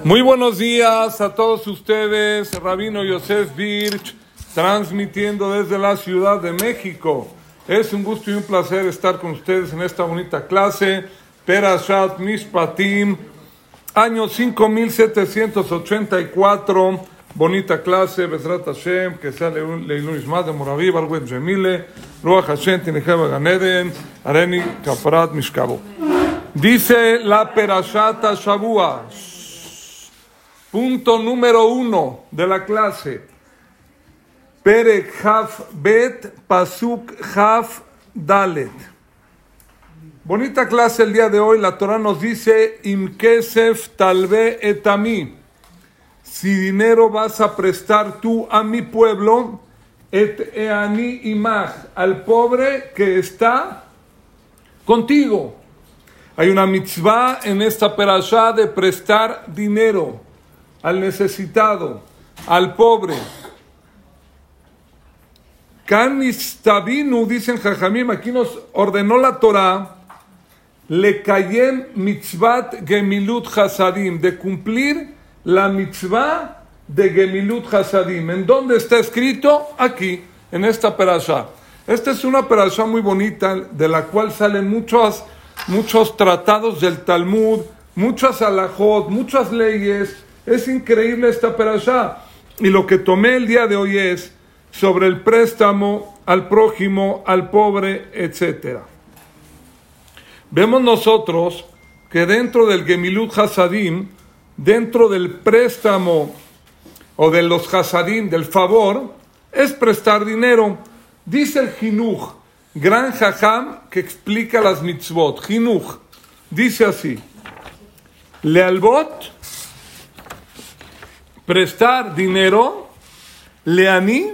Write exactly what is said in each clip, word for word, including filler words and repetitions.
Muy buenos días a todos ustedes, Rabino Yosef Birch, transmitiendo desde la Ciudad de México. Es un gusto y un placer estar con ustedes en esta bonita clase, Perashat Mishpatim, año cinco mil setecientos ochenta y cuatro, bonita clase, Bezrat Hashem, que sea Leilun Ishmat de Moraví, Barwet Jemile, Ruach Hashem, Tinejeva Ganeden, Areni Kaparat Mishkabo. Dice la Perashat Shavua, punto número uno de la clase, Perek Haf Bet Pasuk Haf Dalet. Bonita clase el día de hoy. La Torah nos dice: Im kesef talve etami. Si dinero vas a prestar tú a mi pueblo, et eani imach, al pobre que está contigo. Hay una mitzvah en esta perashá de prestar dinero al necesitado, al pobre. Kanistabinu, dicen Jajamim, aquí nos ordenó la Torah, le kayem mitzvat gemilut hasadim, de cumplir la mitzvah de gemilut hasadim. ¿En dónde está escrito? Aquí, en esta perashá. Esta es una perashá muy bonita, de la cual salen muchos, muchos tratados del Talmud, muchas alajot, muchas leyes. Es increíble esta perashá. Y lo que tomé el día de hoy es sobre el préstamo al prójimo, al pobre, etcétera. Vemos nosotros que dentro del Gemilut Hasadim, dentro del préstamo o de los Hasadim, del favor, es prestar dinero. Dice el Jinuj, gran jajam que explica las mitzvot. Jinuj dice así: Lealbot, prestar dinero, leani,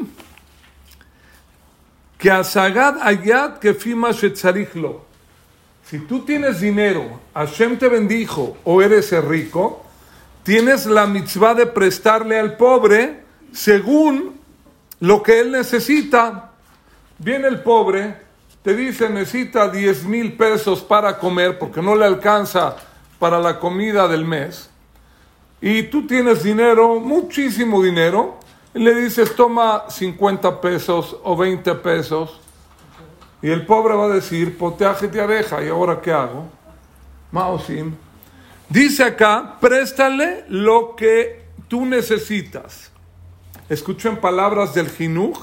que asagad ayat que fima shetzarichlo. Si tú tienes dinero, Hashem te bendijo o eres rico, tienes la mitzvah de prestarle al pobre según lo que él necesita. Viene el pobre, te dice necesita diez mil pesos para comer porque no le alcanza para la comida del mes. Y tú tienes dinero, muchísimo dinero, y le dices toma cincuenta pesos o veinte pesos. Y el pobre va a decir, poteaje te abeja, ¿y ahora qué hago? Maosim. Dice acá, préstale lo que tú necesitas. Escuchen palabras del Jinuj.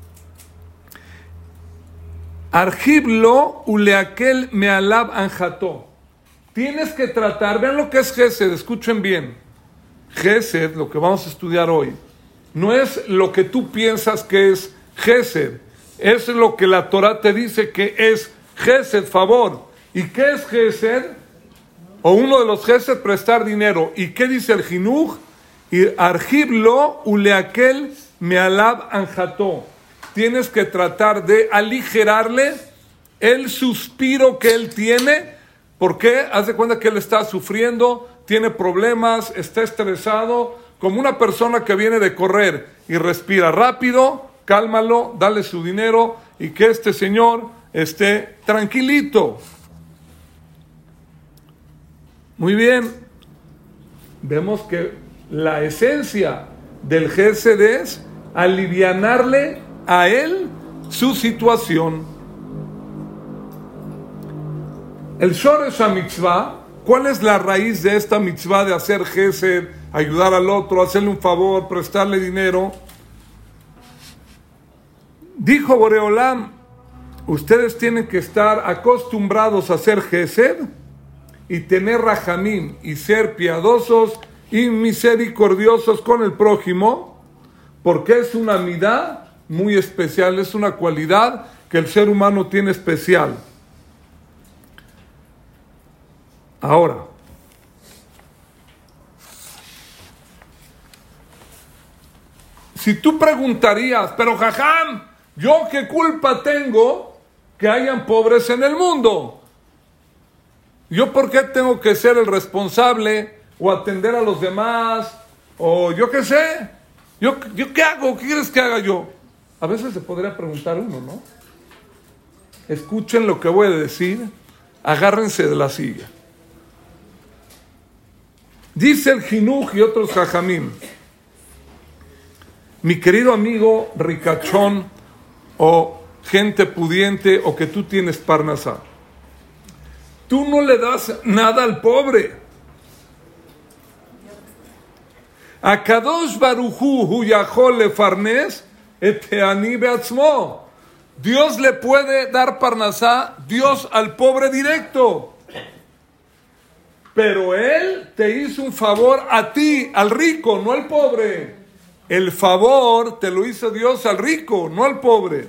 Arjiblo uleakel mealab anjato. Tienes que tratar, vean lo que es Gesed, escuchen bien. Gesed, lo que vamos a estudiar hoy, no es lo que tú piensas que es Gesed. Es lo que la Torah te dice que es Gesed, favor. ¿Y qué es Gesed? O uno de los Gesed, prestar dinero. ¿Y qué dice el Jinuj? Y arjiblo uleakel mealab anjato. Tienes que tratar de aligerarle el suspiro que él tiene. ¿Por qué? Haz de cuenta que él está sufriendo, tiene problemas, está estresado, como una persona que viene de correr y respira rápido. Cálmalo, dale su dinero y que este señor esté tranquilito. Muy bien. Vemos que la esencia del Gesed es alivianarle a él su situación. El Shoresh HaMitzvah, ¿cuál es la raíz de esta mitzvah de hacer Gesed, ayudar al otro, hacerle un favor, prestarle dinero? Dijo Boreolam, ustedes tienen que estar acostumbrados a hacer Gesed y tener rajamim y ser piadosos y misericordiosos con el prójimo, porque es una midá muy especial, es una cualidad que el ser humano tiene especial. Ahora, si tú preguntarías, pero jajam, ¿yo qué culpa tengo que hayan pobres en el mundo? ¿Yo por qué tengo que ser el responsable o atender a los demás? O yo qué sé. ¿Yo, yo qué hago? ¿Qué quieres que haga yo? A veces se podría preguntar uno, ¿no? Escuchen lo que voy a decir. Agárrense de la silla. Dice el Jinuj y otros jajamim, mi querido amigo ricachón o gente pudiente o que tú tienes parnasá, tú no le das nada al pobre. Akadosh Baruchu hu yachol lefarnes et ani beatzmo. Dios le puede dar parnasá, Dios al pobre directo. Pero Él te hizo un favor a ti, al rico, no al pobre. El favor te lo hizo Dios al rico, no al pobre.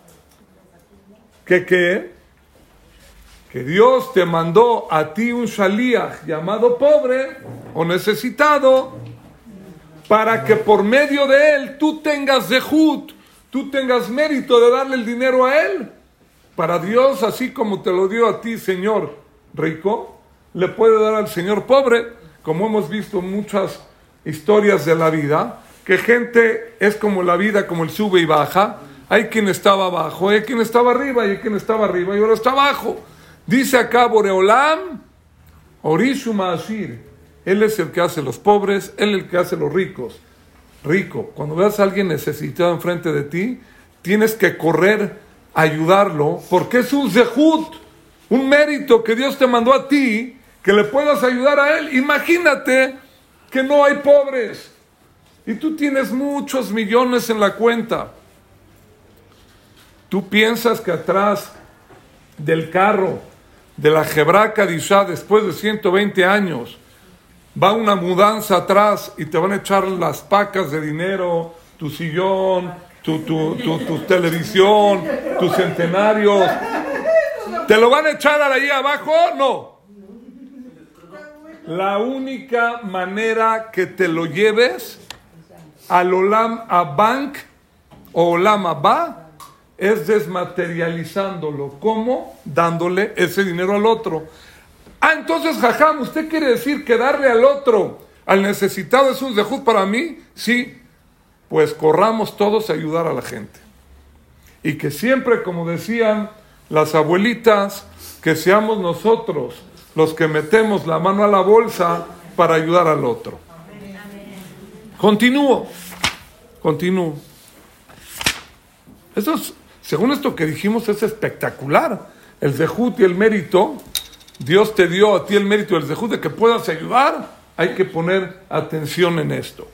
¿Qué qué? Que Dios te mandó a ti un shaliach llamado pobre o necesitado para que por medio de él tú tengas zehut, tú tengas mérito de darle el dinero a él. Para Dios, así como te lo dio a ti, Señor rico, le puede dar al Señor pobre, como hemos visto en muchas historias de la vida, que gente es como la vida, como el sube y baja. Hay quien estaba abajo, hay quien estaba arriba, y hay quien estaba arriba y ahora está abajo. Dice acá Boreolam, Orishu Maashir, Él es el que hace los pobres, Él es el que hace los ricos. Rico, cuando veas a alguien necesitado enfrente de ti, tienes que correr a ayudarlo, porque es un zehut, un mérito que Dios te mandó a ti, que le puedas ayudar a él. Imagínate que no hay pobres y tú tienes muchos millones en la cuenta. Tú piensas que atrás del carro de la Jebra Kadishá, después de ciento veinte años, va una mudanza atrás y te van a echar las pacas de dinero, tu sillón, tu, tu, tu, tu televisión, tus centenarios. ¿Te lo van a echar ahí abajo? No. La única manera que te lo lleves al Olam Abank o Olam Abba es desmaterializándolo. ¿Cómo? Dándole ese dinero al otro. Ah, entonces, jajam, ¿usted quiere decir que darle al otro, al necesitado, es un zehut para mí? Sí. Pues corramos todos a ayudar a la gente. Y que siempre, como decían las abuelitas, que seamos nosotros los que metemos la mano a la bolsa para ayudar al otro. Continúo, continúo. Eso es, según esto que dijimos, es espectacular. El zehut y el mérito, Dios te dio a ti el mérito del zehut de que puedas ayudar. Hay que poner atención en esto.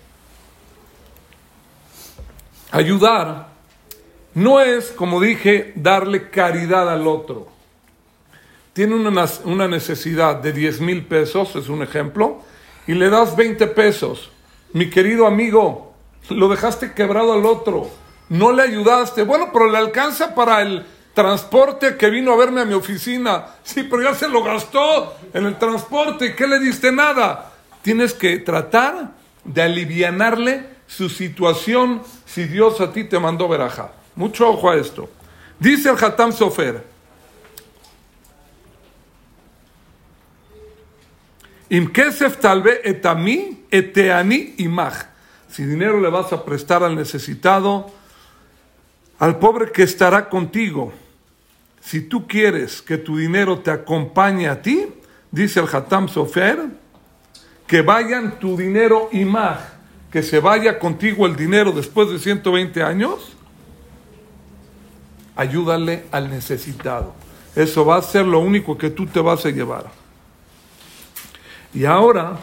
Ayudar no es, como dije, darle caridad al otro. Tiene una, una necesidad de diez mil pesos, es un ejemplo, y le das veinte pesos. Mi querido amigo, lo dejaste quebrado al otro, no le ayudaste. Bueno, pero le alcanza para el transporte que vino a verme a mi oficina. Sí, pero ya se lo gastó en el transporte. ¿Qué le diste? Nada. Tienes que tratar de alivianarle su situación si Dios a ti te mandó verajá. Mucho ojo a esto. Dice el Hatam Sofer, Im kesef talve etami eteani imach. Si dinero le vas a prestar al necesitado, al pobre que estará contigo, si tú quieres que tu dinero te acompañe a ti, dice el Hatam Sofer, que vayan tu dinero imach, que se vaya contigo el dinero después de ciento veinte años, ayúdale al necesitado. Eso va a ser lo único que tú te vas a llevar. Y ahora,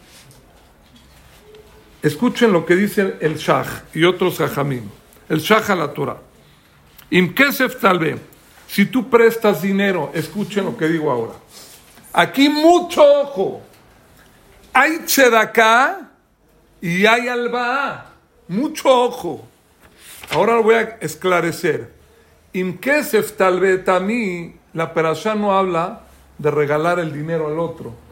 escuchen lo que dice el Shach y otros Jajamim. El Shach a la Torah. Im kesef talve. Si tú prestas dinero, escuchen lo que digo ahora. Aquí mucho ojo. Hay tzedaká y hay albaá. Mucho ojo. Ahora lo voy a esclarecer. Im kesef talve tamí, la perashá no habla de regalar el dinero al otro.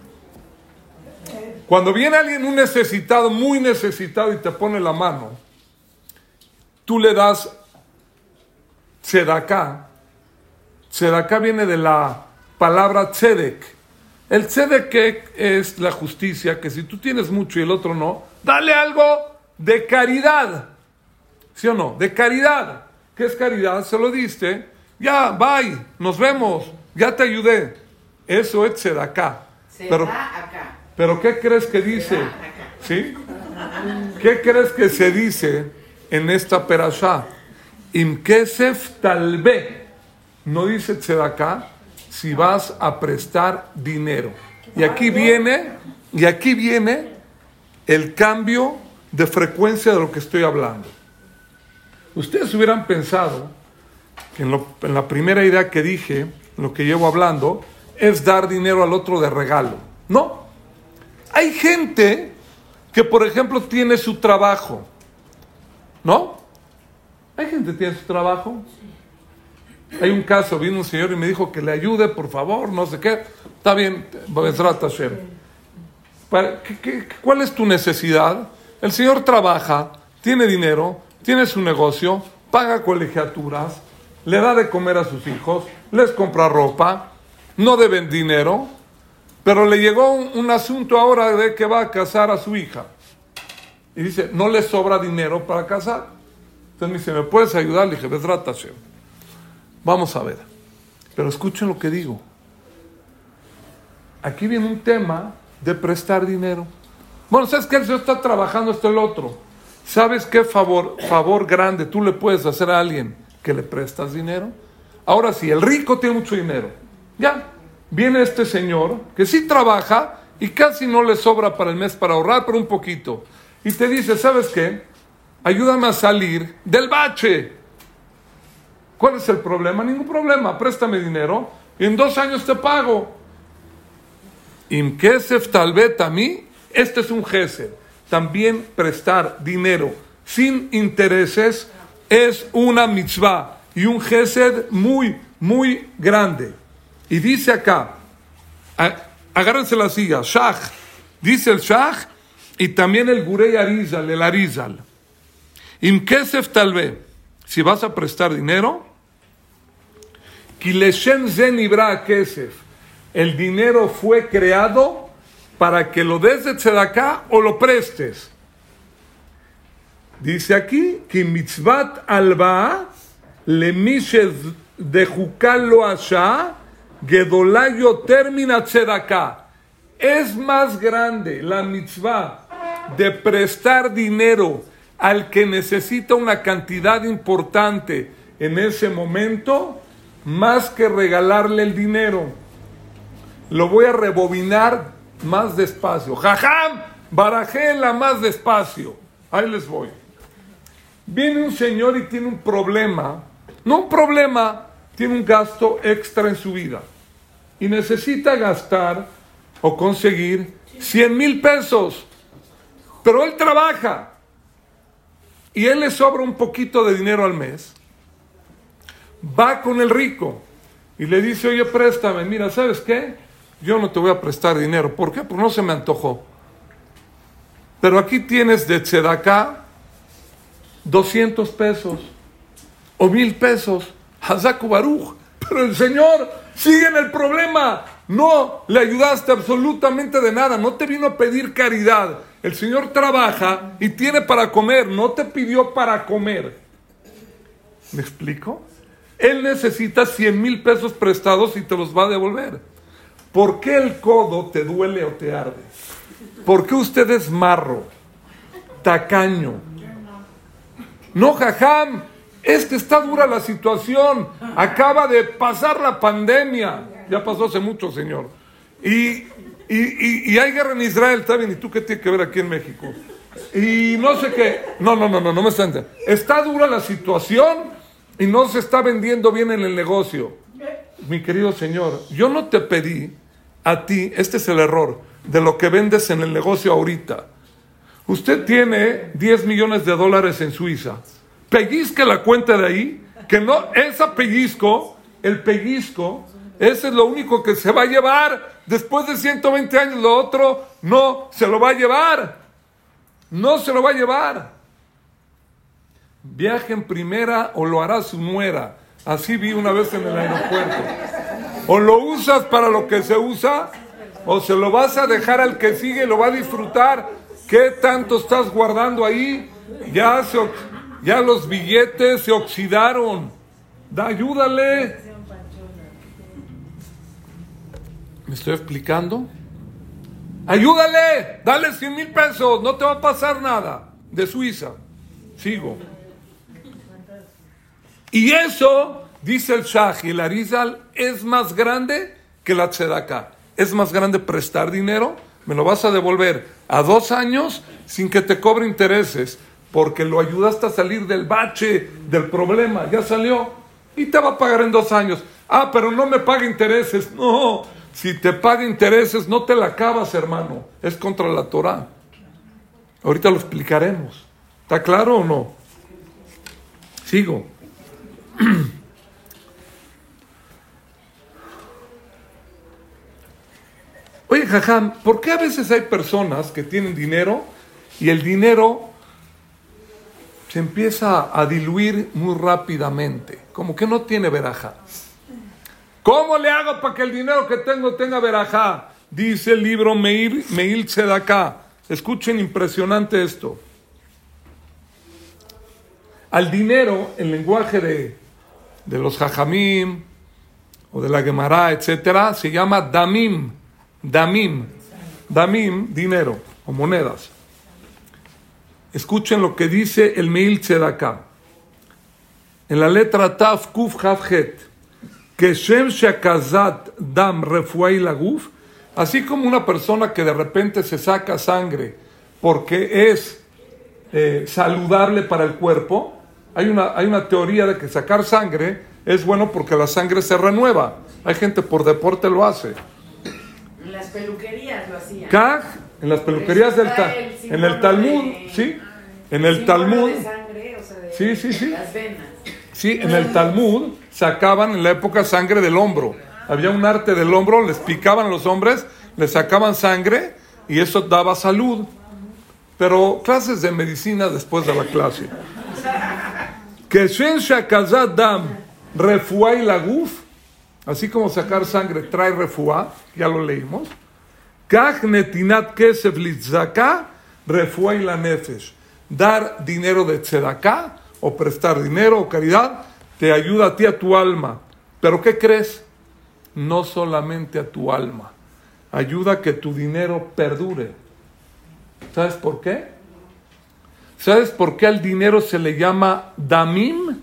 Cuando viene alguien, un necesitado, muy necesitado, y te pone la mano, tú le das tzedaká. Tzedaká viene de la palabra tzedek. El tzedek es la justicia, que si tú tienes mucho y el otro no, dale algo de caridad. ¿Sí o no? De caridad. ¿Qué es caridad? Se lo diste. Ya, bye, nos vemos, ya te ayudé. Eso es tzedaká. Se Pero, da acá. Pero ¿qué crees que dice? ¿Sí? ¿Qué crees que se dice en esta perashá? Im kesef talbe. No dice tzedaká si vas a prestar dinero. Y aquí viene, y aquí viene el cambio de frecuencia de lo que estoy hablando. Ustedes hubieran pensado que en, lo, en la primera idea que dije, lo que llevo hablando, es dar dinero al otro de regalo. No. Hay gente que, por ejemplo, tiene su trabajo. ¿No? Hay gente que tiene su trabajo. Hay un caso, vino un señor y me dijo que le ayude, por favor, no sé qué. Está bien, Bezrat Hashem. ¿Qué, qué, ¿Cuál es tu necesidad? El señor trabaja, tiene dinero, tiene su negocio, paga colegiaturas, le da de comer a sus hijos, les compra ropa, no deben dinero, pero le llegó un, un asunto ahora de que va a casar a su hija. Y dice, no le sobra dinero para casar. Entonces me dice, ¿me puedes ayudar? Le dije, Bezrat Hashem. Vamos a ver. Pero escuchen lo que digo. Aquí viene un tema de prestar dinero. Bueno, ¿sabes qué? El señor está trabajando esto el otro. ¿Sabes qué favor, favor grande tú le puedes hacer a alguien que le prestas dinero? Ahora sí, el rico tiene mucho dinero. Ya, viene este señor que sí trabaja y casi no le sobra para el mes para ahorrar, pero un poquito. Y te dice, ¿sabes qué? Ayúdame a salir del bache. ¿Cuál es el problema? Ningún problema, préstame dinero y en dos años te pago. Im kesef talbet a mí, este es un gesed. También prestar dinero sin intereses es una mitzvah y un gesed muy, muy grande. Y dice acá, agárrense la silla, Shach, dice el Shach y también el Gurei Arizal, el Arizal. Im kesef talbet, si vas a prestar dinero, Kileshem zen ibra kesef. El dinero fue creado para que lo des de tzedaká o lo prestes. Dice aquí, que mitzvat alba le mishes de jukal lo asha gedolayo termina tzedaká. Es más grande la mitzvah de prestar dinero al que necesita una cantidad importante en ese momento, más que regalarle el dinero. Lo voy a rebobinar más despacio. Jajam, barajela más despacio. Ahí les voy. Viene un señor y tiene un problema. No un problema, tiene un gasto extra en su vida. Y necesita gastar o conseguir cien mil pesos. Pero él trabaja. Y él le sobra un poquito de dinero al mes. Va con el rico y le dice, oye, préstame, mira, ¿sabes qué? Yo no te voy a prestar dinero. ¿Por qué? Porque no se me antojó. Pero aquí tienes de tzedaká doscientos pesos o mil pesos. Hazaku Baruch. Pero el señor sigue en el problema. No le ayudaste absolutamente de nada. No te vino a pedir caridad. El señor trabaja y tiene para comer. No te pidió para comer. ¿Me explico? Él necesita cien mil pesos prestados y te los va a devolver. ¿Por qué el codo te duele o te arde? ¿Por qué usted es marro, tacaño? No, jajam, es que está dura la situación. Acaba de pasar la pandemia. Ya pasó hace mucho, señor. Y, y, y, y hay guerra en Israel, está bien. ¿Y tú qué tienes que ver aquí en México? Y no sé qué. No, no, no, no, no me está entendiendo. Está dura la situación y no se está vendiendo bien en el negocio. Mi querido señor, yo no te pedí a ti, este es el error, de lo que vendes en el negocio ahorita. Usted tiene diez millones de dólares en Suiza. Pellizque la cuenta de ahí, que no, esa pellizco, el pellizco, ese es lo único que se va a llevar. Después de ciento veinte años, lo otro no se lo va a llevar. No se lo va a llevar. Viaje en primera o lo hará su nuera. Así vi una vez en el aeropuerto. O lo usas para lo que se usa, o se lo vas a dejar al que sigue y lo va a disfrutar. ¿Qué tanto estás guardando ahí? Ya, se, ya los billetes se oxidaron. Da, ayúdale. ¿Me estoy explicando? Ayúdale, dale cien mil pesos, no te va a pasar nada. De Suiza. Sigo. Y eso, dice el Shah y el Arizal, es más grande que la tzedakah. Es más grande prestar dinero, me lo vas a devolver a dos años sin que te cobre intereses, porque lo ayudaste a salir del bache, del problema, ya salió, y te va a pagar en dos años. Ah, pero no me paga intereses. No, si te paga intereses, no te la acabas, hermano. Es contra la Torah. Ahorita lo explicaremos. ¿Está claro o no? Sigo. Oye, Jajam, ¿por qué a veces hay personas que tienen dinero y el dinero se empieza a diluir muy rápidamente? Como que no tiene verajá. ¿Cómo le hago para que el dinero que tengo tenga verajá? Dice el libro Meir, Meir Tzedaká. Escuchen, impresionante esto. Al dinero, en lenguaje de, de los Jajamim o de la Gemara, etcétera, se llama damim. Damim. Damim, dinero o monedas. Escuchen lo que dice el Meir Tzedaká. En la letra Taf Kuf Hav Het, que Shem Shakazat Dam Refuai Laguf, así como una persona que de repente se saca sangre porque es eh, saludable para el cuerpo, hay una, hay una teoría de que sacar sangre es bueno porque la sangre se renueva. Hay gente por deporte lo hace. En las peluquerías lo hacían. Kaj, en las peluquerías del ta, el en el Talmud, de, ¿sí? En el Talmud, de sangre, o sea, de sí, sí, sí. Las venas. Sí, en el Talmud sacaban en la época sangre del hombro. Había un arte del hombro, les picaban a los hombres, les sacaban sangre y eso daba salud. Pero clases de medicina después de la clase. Que Shen Shakazat Dam Refuai Laguf, así como sacar sangre trae refuá, ya lo leímos. Kach Netinat Kesef Litzaka Refuai la Nefesh. Dar dinero de tzedaká o prestar dinero o caridad te ayuda a ti, a tu alma. ¿Pero qué crees? No solamente a tu alma. Ayuda a que tu dinero perdure. ¿Sabes por qué? ¿Sabes por qué al dinero se le llama damim?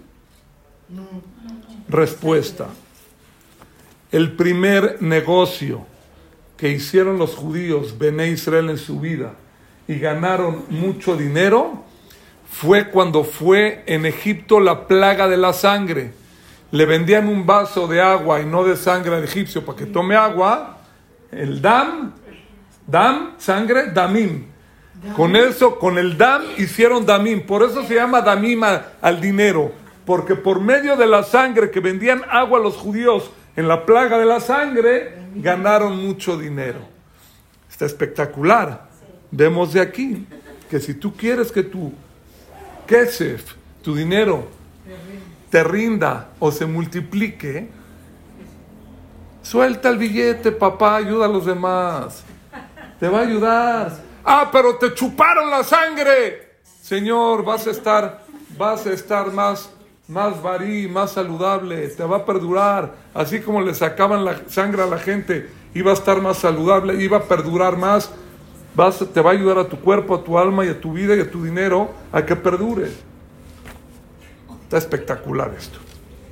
Respuesta. El primer negocio que hicieron los judíos, Bené Israel, en su vida y ganaron mucho dinero fue cuando fue en Egipto la plaga de la sangre. Le vendían un vaso de agua y no de sangre al egipcio para que tome agua. El dam, dam, sangre, damim. Con eso, con el dam hicieron damim. Por eso se llama damim a, al dinero. Porque por medio de la sangre que vendían agua a los judíos en la plaga de la sangre, ganaron mucho dinero. Está espectacular. Vemos de aquí que si tú quieres que tu kesef, tu dinero, te rinda o se multiplique, suelta el billete, papá, ayuda a los demás. Te va a ayudar. Ah, pero te chuparon la sangre. Señor, vas a estar, vas a estar más, más varí, más saludable, te va a perdurar. Así como le sacaban la sangre a la gente, iba a estar más saludable, iba a perdurar más. Vas, te va a ayudar a tu cuerpo, a tu alma y a tu vida y a tu dinero a que perdure. Está espectacular esto.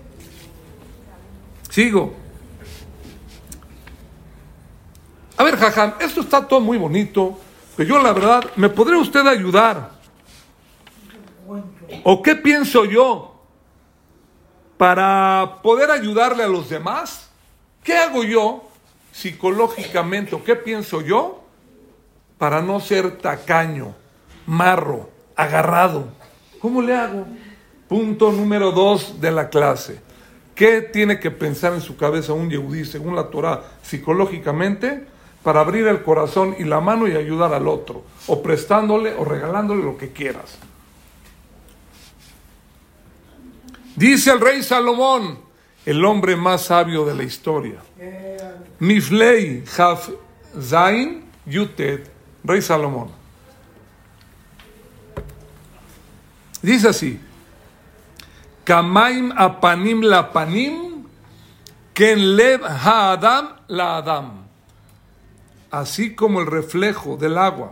Sigo. A ver, Jajam, esto está todo muy bonito, pero yo la verdad, ¿me podría usted ayudar? ¿O qué pienso yo para poder ayudarle a los demás? ¿Qué hago yo psicológicamente o qué pienso yo para no ser tacaño, marro, agarrado? ¿Cómo le hago? Punto número dos de la clase. ¿Qué tiene que pensar en su cabeza un yehudí, según la Torah, psicológicamente, para abrir el corazón y la mano y ayudar al otro? O prestándole o regalándole lo que quieras. Dice el rey Salomón, el hombre más sabio de la historia. Miflei Haf Zain Yutet, rey Salomón. Dice así: Kamaim apanim la panim, ken lev haadam la adam. así como el reflejo del agua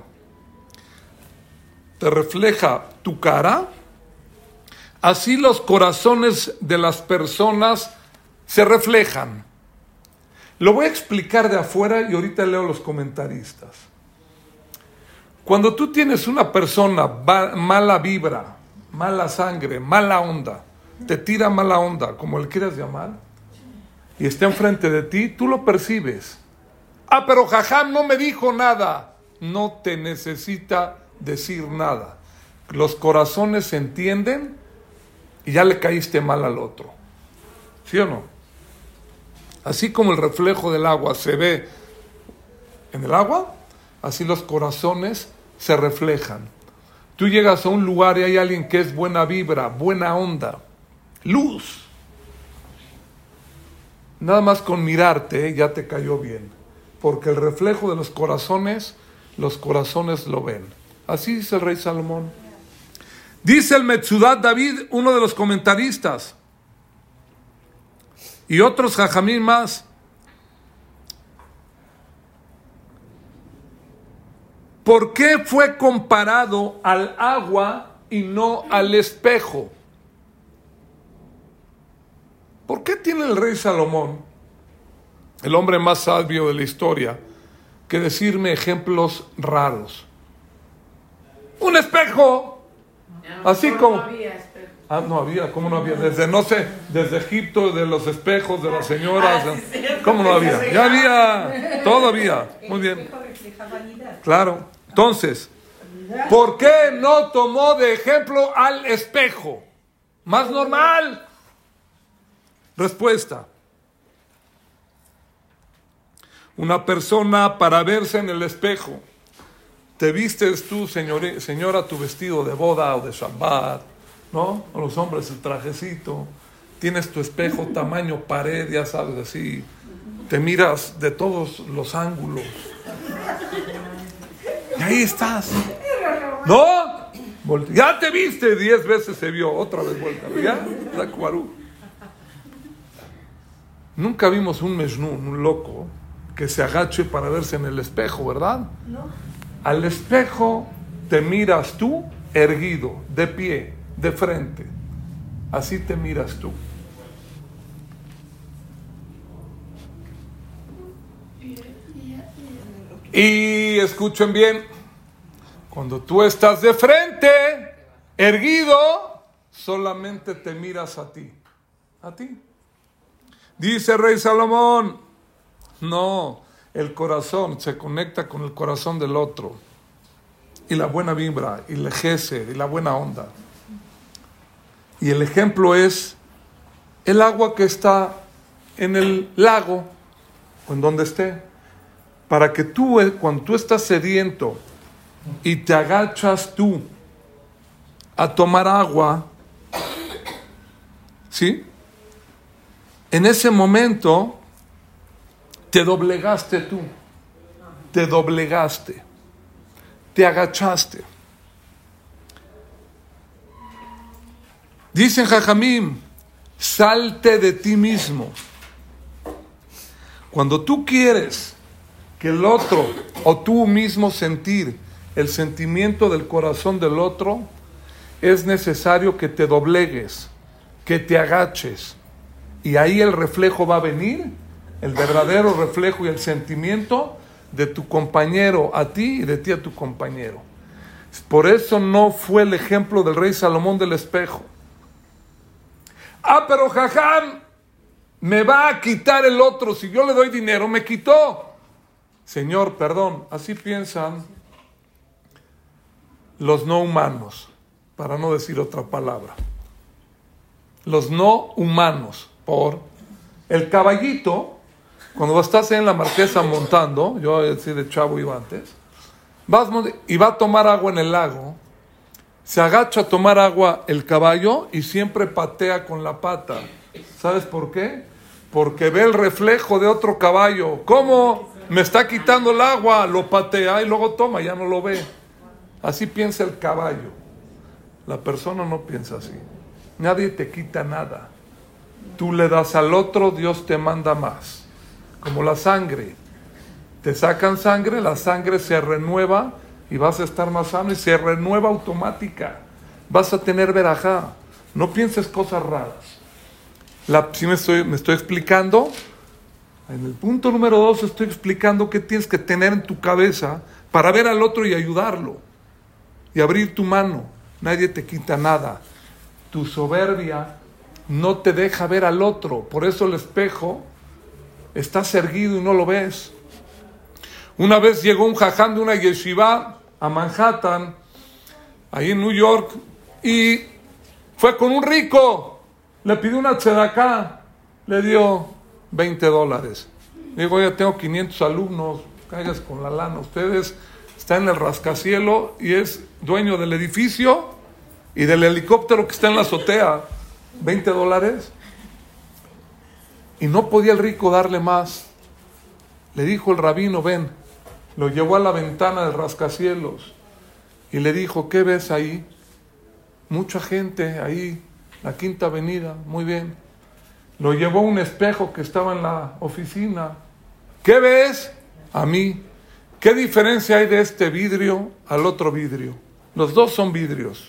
te refleja tu cara, así los corazones de las personas se reflejan. Lo voy a explicar de afuera y ahorita leo los comentaristas. Cuando tú tienes una persona va, mala vibra, mala sangre, mala onda, te tira mala onda, como le quieras llamar, y está enfrente de ti, tú lo percibes. Ah, pero Jajam no me dijo nada. No te necesita decir nada. Los corazones se entienden y ya le caíste mal al otro. ¿Sí o no? Así como el reflejo del agua se ve en el agua, así los corazones se reflejan. Tú llegas a un lugar y hay alguien que es buena vibra, buena onda, luz. Nada más con mirarte ya te cayó bien, porque el reflejo de los corazones, los corazones lo ven. Así dice el rey Salomón. Dice el Metzudat David, uno de los comentaristas, y otros jajamín más. ¿Por qué fue comparado al agua y no al espejo? ¿Por qué tiene el rey Salomón, el hombre más sabio de la historia, que decirme ejemplos raros? Un espejo. No, Así no, como... No había espejo. Ah, no había, ¿cómo no había? Desde, no sé, desde Egipto, de los espejos, de las señoras. Ah, sí, sí, ¿Cómo no había? Ya había, todo había. Muy bien. Claro. Entonces, ¿por qué no tomó de ejemplo al espejo? Más normal. Respuesta. Una persona para verse en el espejo, te vistes tú, señor, señora, tu vestido de boda o de Shabbat, ¿no? O los hombres el trajecito, tienes tu espejo tamaño pared, ya sabes, así, te miras de todos los ángulos. Y ahí estás. ¿No? Ya te viste, diez veces se vio, otra vez vuelta. ¿Ya? La cuarú. Nunca vimos un mejnún, un loco, que se agache para verse en el espejo, ¿verdad? No. Al espejo te miras tú erguido, de pie, de frente. Así te miras tú. Y escuchen bien, cuando tú estás de frente, erguido, solamente te miras a ti. A ti. Dice el rey Salomón, no, el corazón se conecta con el corazón del otro. Y la buena vibra, y el gesed, y la buena onda. Y el ejemplo es el agua que está en el lago, o en donde esté. Para que tú, cuando tú estás sediento, y te agachas tú a tomar agua, ¿sí? En ese momento te doblegaste tú, te doblegaste, te agachaste. Dicen Jajamim, salte de ti mismo. Cuando tú quieres que el otro o tú mismo sentir el sentimiento del corazón del otro, es necesario que te doblegues, que te agaches. Y ahí el reflejo va a venir, el verdadero reflejo y el sentimiento de tu compañero a ti y de ti a tu compañero. Por eso no fue el ejemplo del rey Salomón del espejo. Ah, pero Jajam, me va a quitar el otro, si yo le doy dinero, me quitó. Señor, perdón, así piensan los no humanos, para no decir otra palabra. Los no humanos, por el caballito, cuando estás en la Marquesa montando, yo así de chavo iba antes, vas y va a tomar agua en el lago, se agacha a tomar agua el caballo y siempre patea con la pata. ¿Sabes por qué? Porque ve el reflejo de otro caballo. ¿Cómo? Me está quitando el agua, lo patea y luego toma, ya no lo ve. Así piensa el caballo. La persona no piensa así. Nadie te quita nada. Tú le das al otro, Dios te manda más. Como la sangre. te sacan sangre, la sangre se renueva y vas a estar más sano y se renueva automática. Vas a tener verajá. No pienses cosas raras. La, si me estoy, me estoy explicando, en el punto número dos estoy explicando qué tienes que tener en tu cabeza para ver al otro y ayudarlo. Y abrir tu mano. Nadie te quita nada. Tu soberbia no te deja ver al otro. Por eso el espejo está erguido y no lo ves. Una vez llegó un jajam de una yeshiva a Manhattan, ahí en New York, y fue con un rico, le pidió una tzedaká, le dio veinte dólares. Digo, ya tengo quinientos alumnos, caigas con la lana. Ustedes están en el rascacielos y es dueño del edificio y del helicóptero que está en la azotea. veinte dólares. Y no podía el rico darle más. Le dijo el rabino, ven. Lo llevó a la ventana del rascacielos y le dijo, ¿qué ves ahí? Mucha gente ahí, la Quinta Avenida, muy bien. Lo llevó a un espejo que estaba en la oficina. ¿Qué ves? A mí. ¿Qué diferencia hay de este vidrio al otro vidrio? Los dos son vidrios.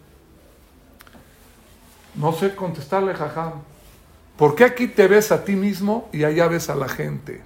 No sé contestarle, jajam. ¿Por qué aquí te ves a ti mismo y allá ves a la gente?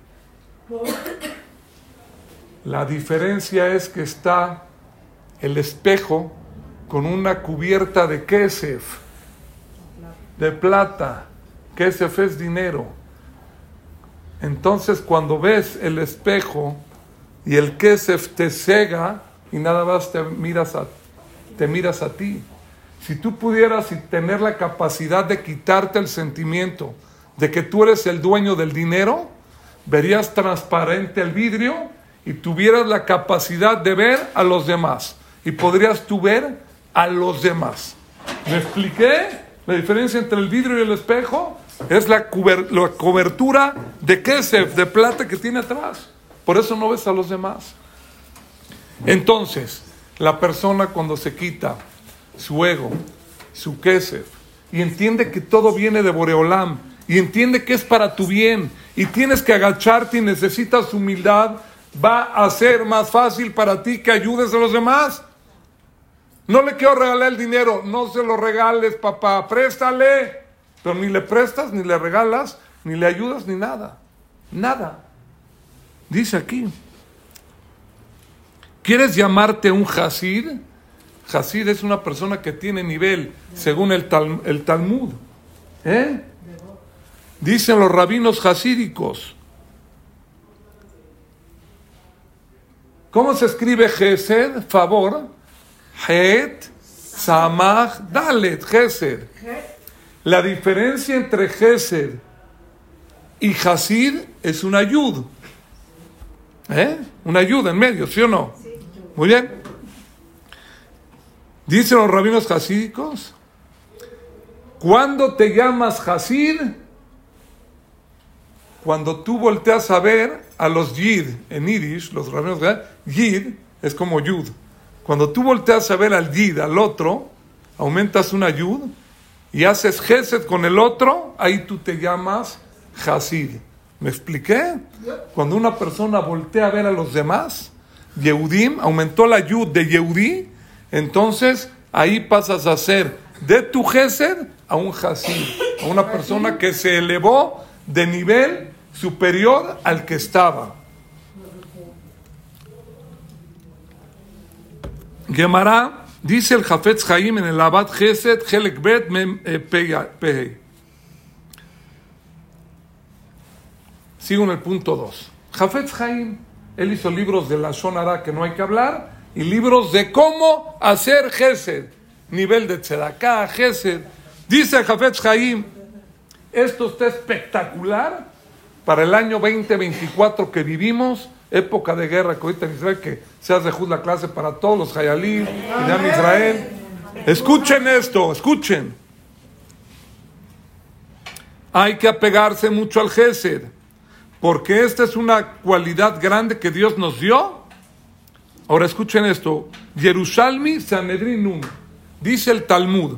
La diferencia es que está el espejo con una cubierta de kesef, de plata. Kesef es dinero. Entonces cuando ves el espejo y el kesef te cega y nada más te miras a, te miras a ti. Si tú pudieras tener la capacidad de quitarte el sentimiento de que tú eres el dueño del dinero, verías transparente el vidrio y tuvieras la capacidad de ver a los demás. Y podrías tú ver a los demás. ¿Me expliqué? La diferencia entre el vidrio y el espejo es la, cuber, la cobertura de kesef, de plata que tiene atrás. Por eso no ves a los demás. Entonces, la persona cuando se quita su ego, su kesef, y entiende que todo viene de Boreolam, y entiende que es para tu bien, y tienes que agacharte y necesitas humildad, va a ser más fácil para ti que ayudes a los demás. No le quiero regalar el dinero, no se lo regales, papá, préstale, pero ni le prestas, ni le regalas, ni le ayudas, ni nada, nada. Dice aquí, ¿quieres llamarte un Hasid? Hasid es una persona que tiene nivel, según el, tal, el Talmud. ¿Eh? Dicen los rabinos hasídicos. ¿Cómo se escribe Gesed? Favor. Het, Samach, Dalet, Gesed. La diferencia entre Gesed y Hasid es una yud. ¿Eh? Una ayuda en medio, ¿sí o no? Sí. Muy bien. Dicen los rabinos hasídicos, ¿cuándo te llamas Hasid? Cuando tú volteas a ver a los Yid, en Yiddish, los rabinos, Yid es como Yud. Cuando tú volteas a ver al Yid, al otro, aumentas una Yud y haces Gesed con el otro, ahí tú te llamas Hasid. ¿Me expliqué? Cuando una persona voltea a ver a los demás, Yehudim, aumentó la Yud de Yehudí, entonces ahí pasas a ser de tu Gesed a un Hasid, a una persona que se elevó de nivel superior al que estaba. Gemara, dice el Hafetz Haim en el Abad Gesed, Helek Bet Mem Pehei. Sigo en el punto dos. Hafetz Haim, él hizo libros de la Lashon Hara que no hay que hablar, y libros de cómo hacer Gesed, nivel de Tzedaká, Gesed. Dice Hafetz Haim, esto está espectacular para el año veinte veinticuatro que vivimos, época de guerra que ahorita en Israel, que se hace la clase para todos los Hayalim y de Am Israel. Escuchen esto, escuchen. Hay que apegarse mucho al Gesed, porque esta es una cualidad grande que Dios nos dio. Ahora escuchen esto. Yerushalmi Sanedrin uno. Dice el Talmud.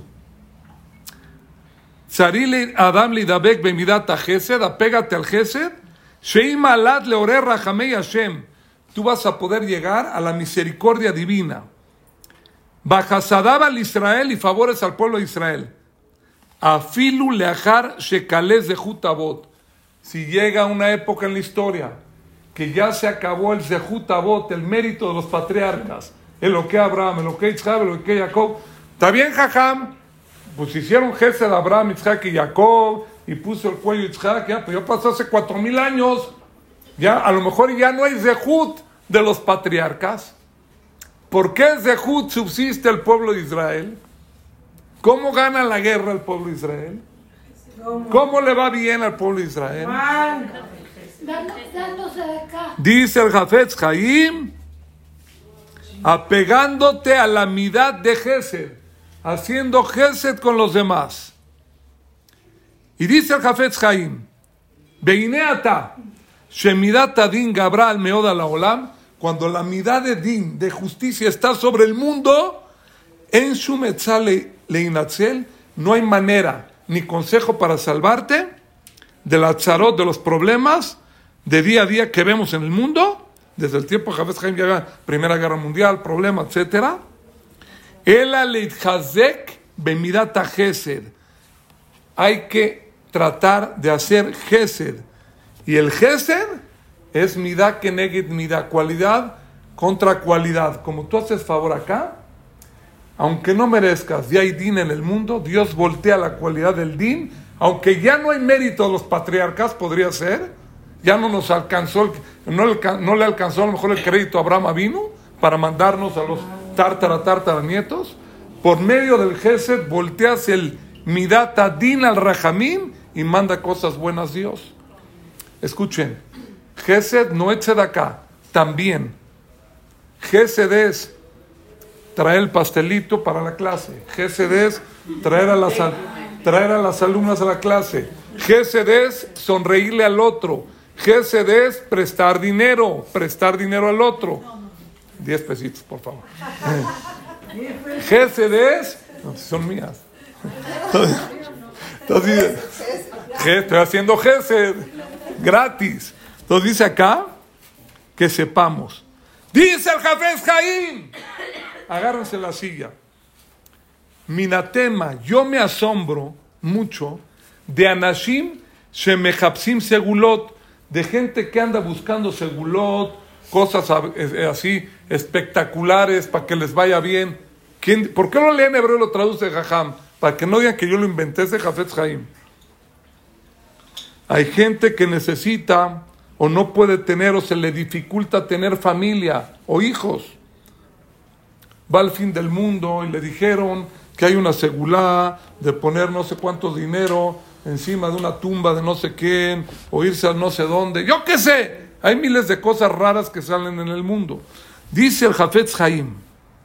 Tzarili Adam lidabek bemidat Gesed, apégate al Gesed, Sheim alat leore rachamei Hashem. Tú vas a poder llegar a la misericordia divina. Bajasadab al Israel y favores al pueblo de Israel. Afilu leachar shekales de Jutabot. Si llega una época en la historia que ya se acabó el Zehut Avot, el mérito de los patriarcas, el lo que Abraham, el lo que Isaac, el lo que Jacob, está bien, jajam, pues hicieron Gesed de Abraham, Isaac y Jacob, y puso el cuello Isaac, ya, pero ya pasó hace cuatro mil años, ya a lo mejor ya no hay Zehut de los patriarcas. ¿Por qué Zehut subsiste el pueblo de Israel? ¿Cómo gana la guerra el pueblo de Israel? ¿Cómo, ¿Cómo le va bien al pueblo de Israel? Dándose de acá. Dice el Hafetz Haim, apegándote a la midad de Gesed, haciendo Gesed con los demás. Y dice el Hafetz Haim, Beineata, Shemidat Adin Gabra Meod al Olam, cuando la midad de din, de justicia, está sobre el mundo, en su metzale leinatzel, no hay manera ni consejo para salvarte de la tzarot, de los problemas de día a día que vemos en el mundo, desde el tiempo de Hafetz Haim, ya Primera Guerra Mundial, problemas, etcétera. Ela leitchazek bemidat gesed. Hay que tratar de hacer gesed. Y el gesed es midá keneged midá, cualidad contra cualidad. Como tú haces favor acá, aunque no merezcas, ya hay din en el mundo, Dios voltea la cualidad del din, aunque ya no hay mérito a los patriarcas, podría ser, ya no nos alcanzó, no le, no le alcanzó a lo mejor el crédito a Abraham Avinu para mandarnos a los tártara, tártara nietos, por medio del gesed volteas el midat adin al rajamim y manda cosas buenas Dios. Escuchen, gesed no eche de acá, también. Gesed es traer el pastelito para la clase. Gesed es traer a las, traer a las alumnas a la clase. Gesed es sonreírle al otro. Gesed es prestar dinero, prestar dinero al otro. Diez pesitos, por favor. Gesed es, no, son mías. Entonces, estoy haciendo gesed gratis. Entonces dice acá que sepamos. Dice el Hafetz Haim, agárrense la silla. Minatema, yo me asombro mucho de Anashim Shemechapsim Segulot, de gente que anda buscando segulot, cosas así espectaculares para que les vaya bien. ¿Quién, ¿Por qué lo leen en hebreo y lo traduce Jajam? Para que no digan que yo lo inventé, ese Hafetz Haim. Hay gente que necesita o no puede tener o se le dificulta tener familia o hijos. Va al fin del mundo y le dijeron que hay una segulá de poner no sé cuánto dinero encima de una tumba de no sé quién o irse a no sé dónde. Yo qué sé, hay miles de cosas raras que salen en el mundo. Dice el Hafetz Haim,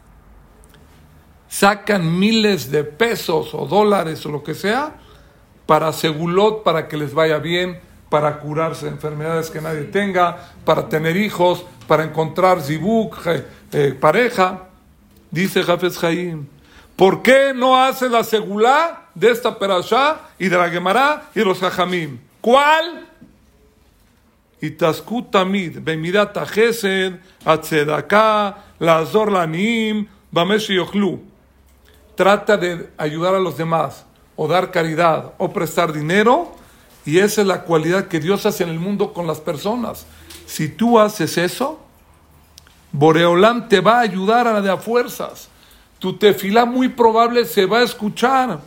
sacan miles de pesos o dólares o lo que sea para segulot, para que les vaya bien, para curarse de enfermedades que nadie tenga, para tener hijos, para encontrar zibuk, eh, pareja. Dice Hafetz Haim, ¿por qué no hace la segulá de esta perashá y de la Gemara y los Jajamim? ¿Cuál? Itaskut tamid bemidat hachesed atzedaká la'azor la'aniim bamesh yochlu. Trata de ayudar a los demás, o dar caridad, o prestar dinero, y esa es la cualidad que Dios hace en el mundo con las personas. Si tú haces eso, Boreolam te va a ayudar a la de a fuerzas. Tu tefilá muy probable se va a escuchar.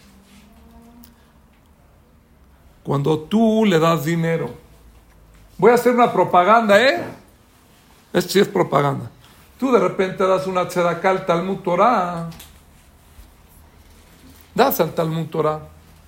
Cuando tú le das dinero. Voy a hacer una propaganda, ¿eh? Esto sí es propaganda. Tú de repente das una tzedaká al Talmud Torah. Das al Talmud Torah.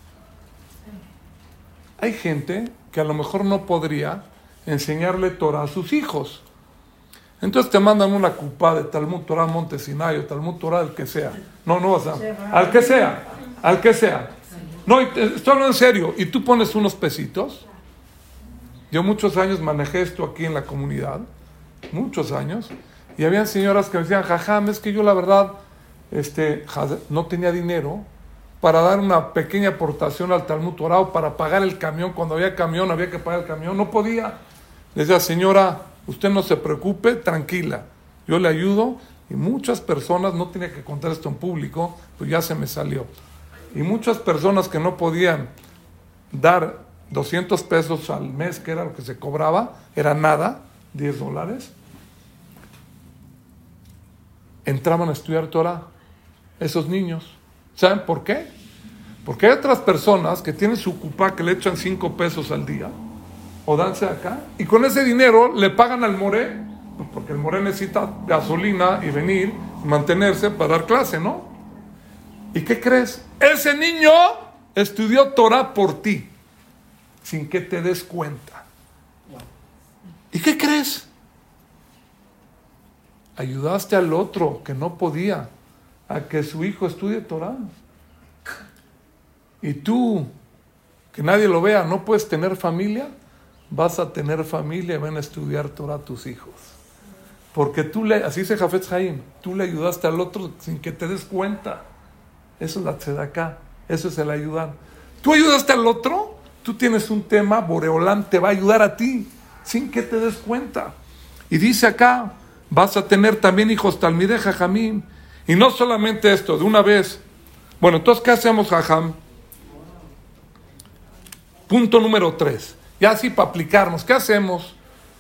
Hay gente que a lo mejor no podría enseñarle Torah a sus hijos. Entonces te mandan una cupá de Talmud Torah Monte Sinai o Talmud Torah, el que sea. No, no vas a... Al que sea, al que sea. No, estoy hablando en serio. Y tú pones unos pesitos. Yo muchos años manejé esto aquí en la comunidad. Muchos años. Y habían señoras que me decían, jajam, es que yo la verdad este, no tenía dinero para dar una pequeña aportación al Talmud Torah o para pagar el camión. Cuando había camión, había que pagar el camión. No podía. Le decía, señora, usted no se preocupe, tranquila. Yo le ayudo. Y muchas personas, no tenía que contar esto en público, pues ya se me salió. Y muchas personas que no podían dar doscientos pesos al mes, que era lo que se cobraba, era nada, diez dólares, entraban a estudiar Torah, esos niños. ¿Saben por qué? Porque hay otras personas que tienen su cupá que le echan cinco pesos al día, o danse acá, y con ese dinero le pagan al moré, porque el moré necesita gasolina y venir, mantenerse para dar clase, ¿no? ¿Y qué crees? Ese niño estudió Torah por ti, sin que te des cuenta. ¿Y qué crees? Ayudaste al otro que no podía a que su hijo estudie Torah. Y tú, que nadie lo vea, no puedes tener familia, vas a tener familia y van a estudiar Torah a tus hijos. Porque tú le, así dice Jafetz Haim, tú le ayudaste al otro sin que te des cuenta. Eso es la tzedaká, eso es el ayudar. Tú ayudaste al otro, tú tienes un tema, Boreolán te va a ayudar a ti, sin que te des cuenta. Y dice acá, vas a tener también hijos Talmidei Jajamim. Y no solamente esto, de una vez. Bueno, entonces, ¿qué hacemos, Jajam? Punto número tres. Ya así para aplicarnos, ¿qué hacemos?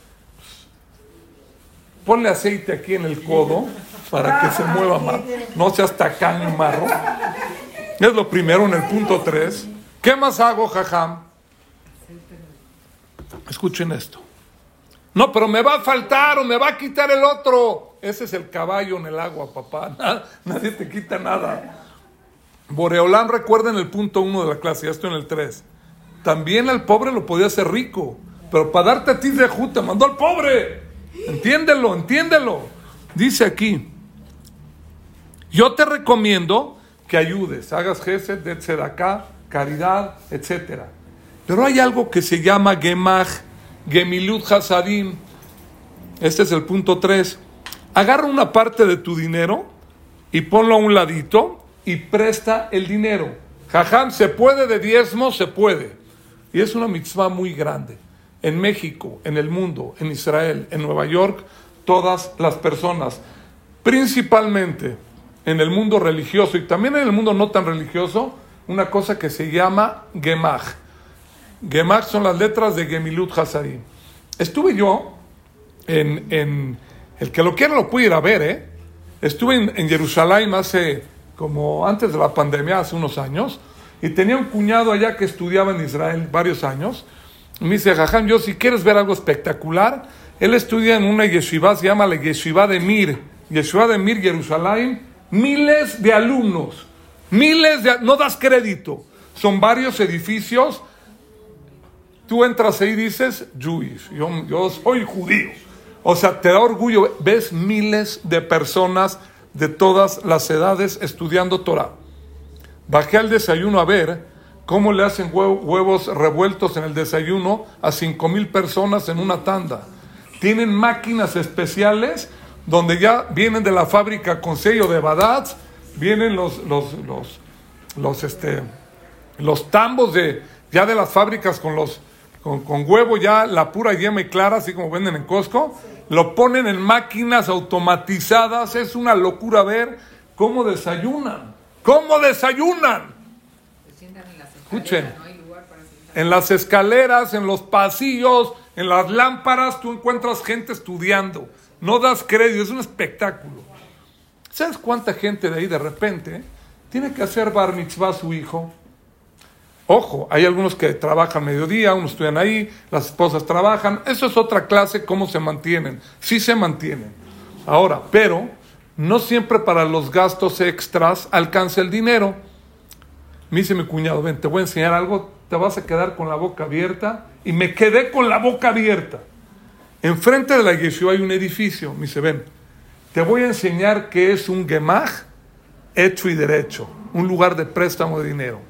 Ponle aceite aquí en el codo para que se mueva más. No seas tacaño, marro. Es lo primero en el punto tres. ¿Qué más hago, Jajam? Escuchen esto. No, pero me va a faltar o me va a quitar el otro. Ese es el caballo en el agua, papá. Nadie te quita nada. Boreolán, recuerden el punto uno de la clase, ya estoy en el tres. También al pobre lo podía hacer rico, pero para darte a ti de Jud te mandó al pobre. Entiéndelo, entiéndelo. Dice aquí, yo te recomiendo que ayudes, hagas gesed, de tzedaká, caridad, etcétera. Pero hay algo que se llama gemach, gemilut hasadim. Este es el punto tres. Agarra una parte de tu dinero y ponlo a un ladito y presta el dinero. Jajam, ¿se puede de diezmo? Se puede. Y es una mitzvah muy grande. En México, en el mundo, en Israel, en Nueva York, todas las personas, principalmente en el mundo religioso y también en el mundo no tan religioso, una cosa que se llama gemach. Gemach son las letras de Gemilut Hasadim. Estuve yo en, en el que lo quiera lo puede ir a ver, ¿eh? Estuve en, en Jerusalén hace como antes de la pandemia, hace unos años, y tenía un cuñado allá que estudiaba en Israel varios años. Y me dice, Jajam, yo si quieres ver algo espectacular, él estudia en una yeshiva, se llama la Yeshiva de Mir, Yeshiva de Mir, Jerusalén, miles de alumnos, miles de, no das crédito, son varios edificios. Tú entras ahí y dices, Jewish, yo, yo soy judío. O sea, te da orgullo, ves miles de personas de todas las edades estudiando Torah. Bajé al desayuno a ver cómo le hacen huevos revueltos en el desayuno a cinco mil personas en una tanda. Tienen máquinas especiales donde ya vienen de la fábrica con sello de Badatz, vienen los, los, los, los, este, los tambos de, ya de las fábricas con los Con, con huevo ya, la pura yema y clara, así como venden en Costco, lo ponen en máquinas automatizadas. Es una locura ver cómo desayunan. ¿Cómo desayunan? Escuchen, en las escaleras, en los pasillos, en las lámparas, tú encuentras gente estudiando. No das crédito, es un espectáculo. ¿Sabes cuánta gente de ahí de repente tiene que hacer bar mitzvah a su hijo? Ojo, hay algunos que trabajan mediodía, unos estudian ahí, las esposas trabajan. Eso es otra clase, cómo se mantienen. Sí se mantienen. Ahora, pero no siempre para los gastos extras alcanza el dinero. Me dice mi cuñado, ven, te voy a enseñar algo, te vas a quedar con la boca abierta. Y me quedé con la boca abierta. Enfrente de la yeshiva hay un edificio. Me dice, ven, te voy a enseñar qué es un gemach hecho y derecho. Un lugar de préstamo de dinero.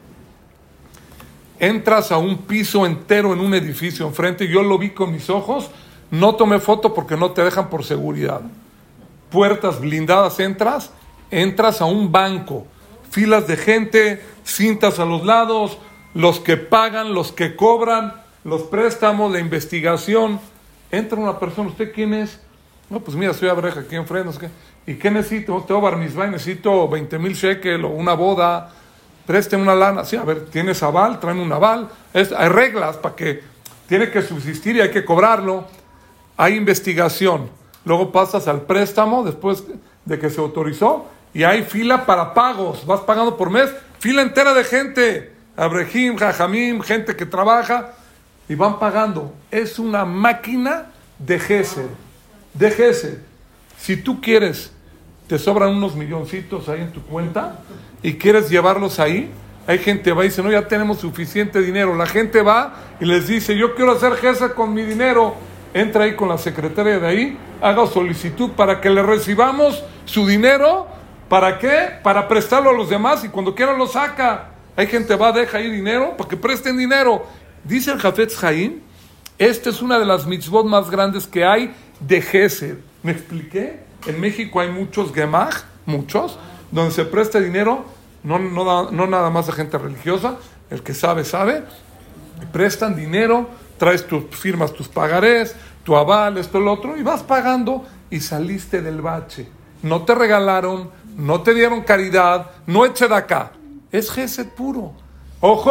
Entras a un piso entero en un edificio enfrente, yo lo vi con mis ojos, no tomé foto porque no te dejan por seguridad. Puertas blindadas, entras, entras a un banco, filas de gente, cintas a los lados, los que pagan, los que cobran, los préstamos, la investigación. Entra una persona, ¿usted quién es? No, pues mira, soy Abreja aquí enfrente, no sé qué. ¿Y qué necesito? Tengo bar mitzvah, necesito veinte mil shekel o una boda, présteme una lana. Sí, a ver, ¿tienes aval? Traen un aval. Es, hay reglas para que tiene que subsistir y hay que cobrarlo. Hay investigación. Luego pasas al préstamo después de que se autorizó y hay fila para pagos. Vas pagando por mes, fila entera de gente. Abrejim, jajamim, gente que trabaja y van pagando. Es una máquina de gesed. De gesed. Si tú quieres, te sobran unos milloncitos ahí en tu cuenta y quieres llevarlos ahí, hay gente que va y dice, no, ya tenemos suficiente dinero. La gente va y les dice, yo quiero hacer gesed con mi dinero. Entra ahí con la secretaria de ahí, haga solicitud para que le recibamos su dinero. ¿Para qué? Para prestarlo a los demás y cuando quiera lo saca. Hay gente que va, deja ahí dinero para que presten dinero. Dice el Hafetz Haim, esta es una de las mitzvot más grandes que hay de gesed. ¿Me expliqué? En México hay muchos gemach, muchos, donde se presta dinero, no, no, da, no nada más a gente religiosa, el que sabe, sabe, prestan dinero, traes tus firmas, tus pagarés, tu aval, esto, el otro, y vas pagando y saliste del bache. No te regalaron, no te dieron caridad, no eche de acá. Es gesed puro. Ojo,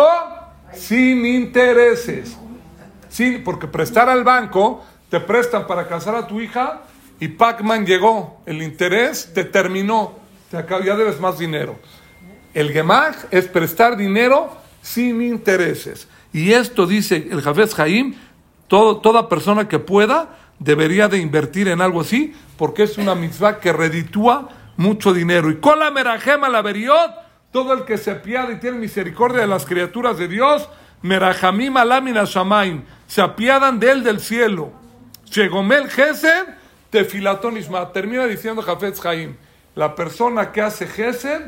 sin intereses. Sí, porque prestar al banco, te prestan para casar a tu hija y Pac-Man llegó. El interés te terminó. Te acabó, ya debes más dinero. El gemach es prestar dinero sin intereses. Y esto dice el Hafetz Haim, todo, toda persona que pueda debería de invertir en algo así, porque es una mitzvah que reditúa mucho dinero. Y con la merajem a la beriot, todo el que se apiada y tiene misericordia de las criaturas de Dios, merajamim alamina shamaim, se apiadan de él del cielo. Shegomel gesed tefilatón ishma. Termina diciendo Hafetz Haim, la persona que hace gesed,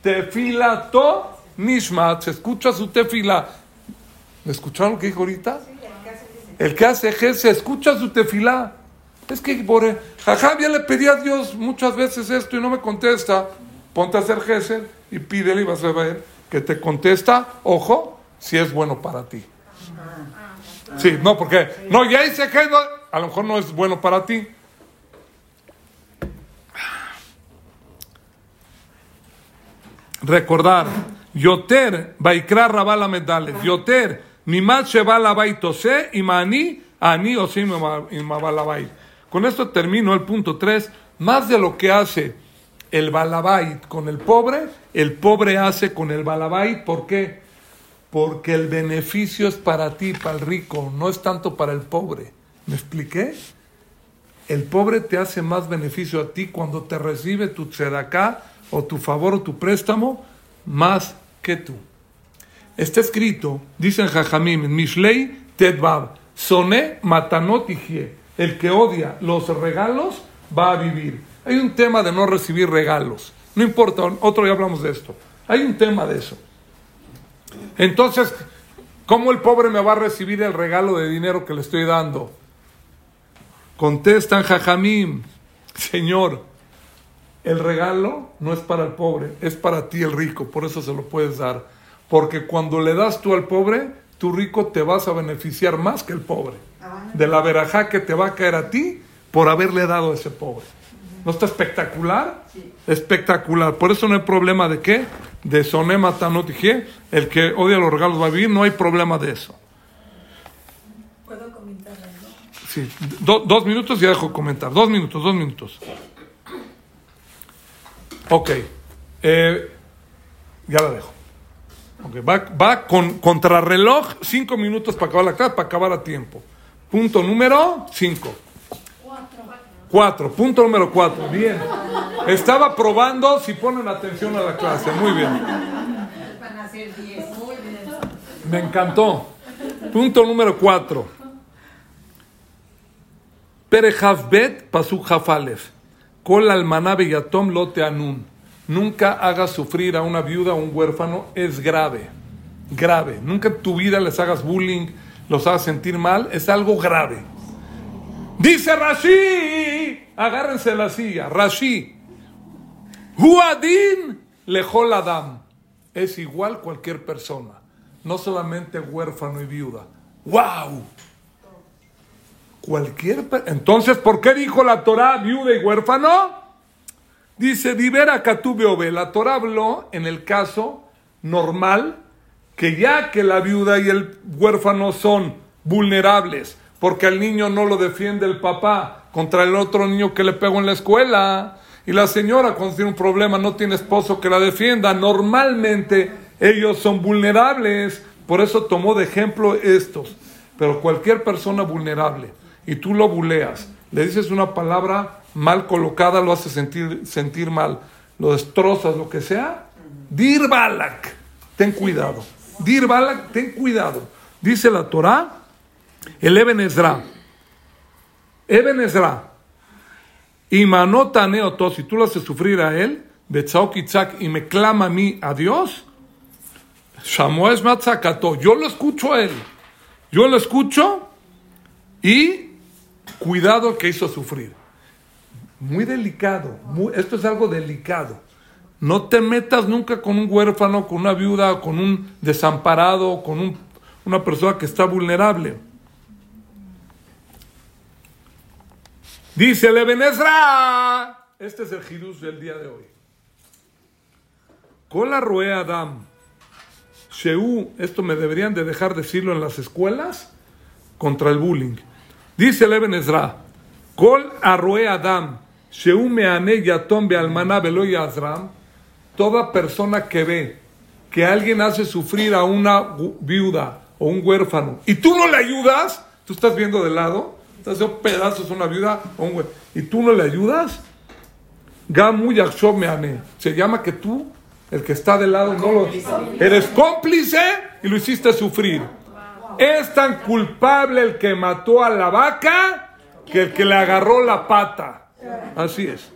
tefilató nishma, se escucha su tefila. ¿Me escucharon lo que dijo ahorita? El que hace gesed, escucha su tefilá. Es que, por jajam, ya le pedí a Dios muchas veces esto y no me contesta. Ponte a hacer gesed y pídele y vas a ver que te contesta, ojo, si es bueno para ti. Sí, no, porque, no, ya hice gesed, a lo mejor no es bueno para ti. Recordar, Yoter, Vaikra Rabala Medales, Yoter, Mimat Shevala Baitose, y Mani, Ani Osim Mabalabait. Con esto termino el punto tres. Más de lo que hace el balabait con el pobre, el pobre hace con el balabait. ¿Por qué? Porque el beneficio es para ti, para el rico, no es tanto para el pobre. ¿Me expliqué? El pobre te hace más beneficio a ti cuando te recibe tu tzedaká o tu favor o tu préstamo, más que tú. Está escrito, dicen Jajamim, en Mishlei Tedvav, Soné Matanot Ijie. El que odia los regalos va a vivir. Hay un tema de no recibir regalos. No importa, otro día hablamos de esto. Hay un tema de eso. Entonces, ¿cómo el pobre me va a recibir el regalo de dinero que le estoy dando? Contestan Jajamim, Señor, el regalo no es para el pobre, es para ti el rico, por eso se lo puedes dar. Porque cuando le das tú al pobre, tu rico te vas a beneficiar más que el pobre. De la verajá que te va a caer a ti por haberle dado a ese pobre. ¿No está espectacular? Sí. Espectacular. Por eso no hay problema de qué, de sonema tanotijé, el que odia los regalos va a vivir, no hay problema de eso. ¿Puedo comentar algo? Sí, Do, dos minutos y ya dejo comentar. Dos minutos, dos minutos. Ok. Eh, ya la dejo. Okay. Va, va con contrarreloj, cinco minutos para acabar la clase, para acabar a tiempo. Punto número cinco. Cuatro. Cuatro. Punto número cuatro. Bien. Estaba probando si ponen atención a la clase. Muy bien. Van a ser diez. Muy bien. Me encantó. Punto número cuatro. Perejavbet pasuk jafalef. Kol almaná beyatom lote anun. Nunca hagas sufrir a una viuda o un huérfano. Es grave. Grave. Nunca en tu vida les hagas bullying, los hagas sentir mal. Es algo grave. Dice Rashi. Agárrense la silla. Rashi. Huadin lejol adam. Es igual cualquier persona, no solamente huérfano y viuda. ¡Wow! Cualquier per- Entonces, ¿por qué dijo la Torah viuda y huérfano? Dice, Divera Katub Beove. La Torah habló en el caso normal, que ya que la viuda y el huérfano son vulnerables, porque al niño no lo defiende el papá contra el otro niño que le pegó en la escuela, y la señora cuando tiene un problema no tiene esposo que la defienda, normalmente ellos son vulnerables, por eso tomó de ejemplo estos. Pero cualquier persona vulnerable, y tú lo buleas, le dices una palabra mal colocada, lo hace sentir, sentir mal, lo destrozas, lo que sea, dir balak, ten cuidado, dir balak, ten cuidado. Dice la Torah, el Eben Ezra, Eben Ezra, y manota neoto, si tú lo haces sufrir a él, betzaok itzak, y me clama a mí, a Dios, shamoes matzakato, yo lo escucho a él, yo lo escucho, y cuidado que hizo sufrir. Muy delicado, muy, esto es algo delicado. No te metas nunca con un huérfano, con una viuda, con un desamparado, con un, una persona que está vulnerable. Dice el Eben Ezra, este es el Hidush del día de hoy. Kola roe Adam, Sheu, esto me deberían de dejar decirlo en las escuelas, contra el bullying. Dice el Eben Ezra, Kol arroe Adam, Sheu meane yatom bealmaná velo yazram, toda persona que ve que alguien hace sufrir a una viuda o un huérfano, y tú no le ayudas, tú estás viendo de lado, estás haciendo pedazos a una viuda o un huérfano, y tú no le ayudas, Gamu yachshov meane, se llama que tú, el que está de lado, no lo, eres cómplice y lo hiciste sufrir. Es tan culpable el que mató a la vaca que el que le agarró la pata. Así es.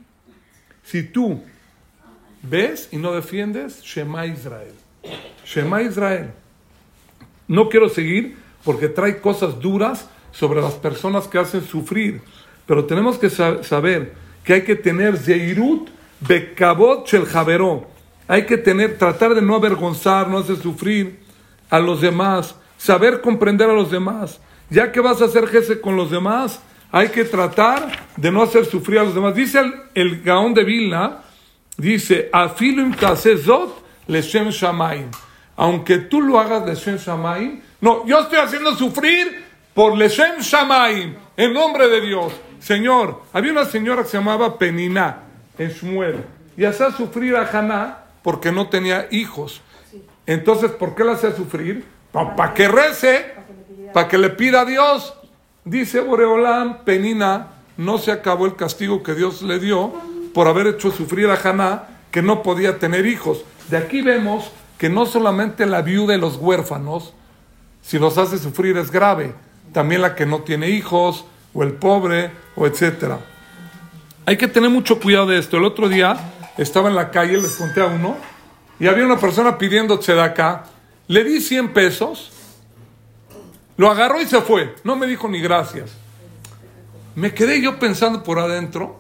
Si tú ves y no defiendes, Shema Israel. Shema Israel. No quiero seguir porque trae cosas duras sobre las personas que hacen sufrir. Pero tenemos que saber que hay que tener Zeirut Bekabot Shel Javeró. Hay que tener, tratar de no avergonzar, no hacer sufrir a los demás. Saber comprender a los demás. Ya que vas a hacer gesed con los demás, hay que tratar de no hacer sufrir a los demás. Dice el, el Gaón de Vilna, dice, Afilu im taseh zot leshem shamayim. Aunque tú lo hagas leshem shamayim, no, yo estoy haciendo sufrir por leshem shamayim, en nombre de Dios. Señor, había una señora que se llamaba Peniná, en Shmuel, y hacía sufrir a Haná porque no tenía hijos. Entonces, ¿por qué la hacía sufrir? Para pa que rece, para que le pida a Dios. Dice Boreolam, Penina, no se acabó el castigo que Dios le dio por haber hecho sufrir a Haná, que no podía tener hijos. De aquí vemos que no solamente la viuda y los huérfanos, si los hace sufrir es grave, también la que no tiene hijos, o el pobre, o etcétera. Hay que tener mucho cuidado de esto. El otro día estaba en la calle, les conté a uno, y había una persona pidiendo tzedakah. Le di cien pesos, lo agarró y se fue, no me dijo ni gracias. Me quedé yo pensando por adentro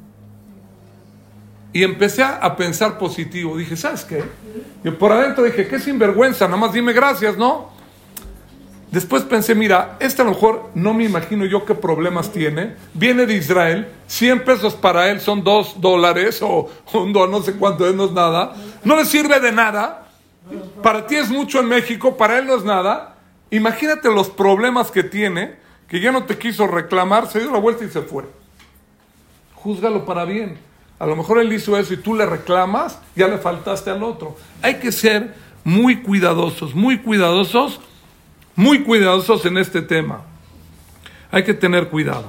y empecé a pensar positivo. Dije, ¿sabes qué? Y por adentro dije, qué sinvergüenza, nada más dime gracias, ¿no? Después pensé, mira, este a lo mejor no me imagino yo qué problemas tiene. Viene de Israel, cien pesos para él son dos dólares o un dólar, no sé cuánto es, no es nada. No le sirve de nada. Para ti es mucho en México, para él no es nada. Imagínate los problemas que tiene, que ya no te quiso reclamar, se dio la vuelta y se fue. Júzgalo para bien. A lo mejor él hizo eso y tú le reclamas, ya le faltaste al otro. Hay que ser muy cuidadosos, muy cuidadosos, muy cuidadosos en este tema. Hay que tener cuidado.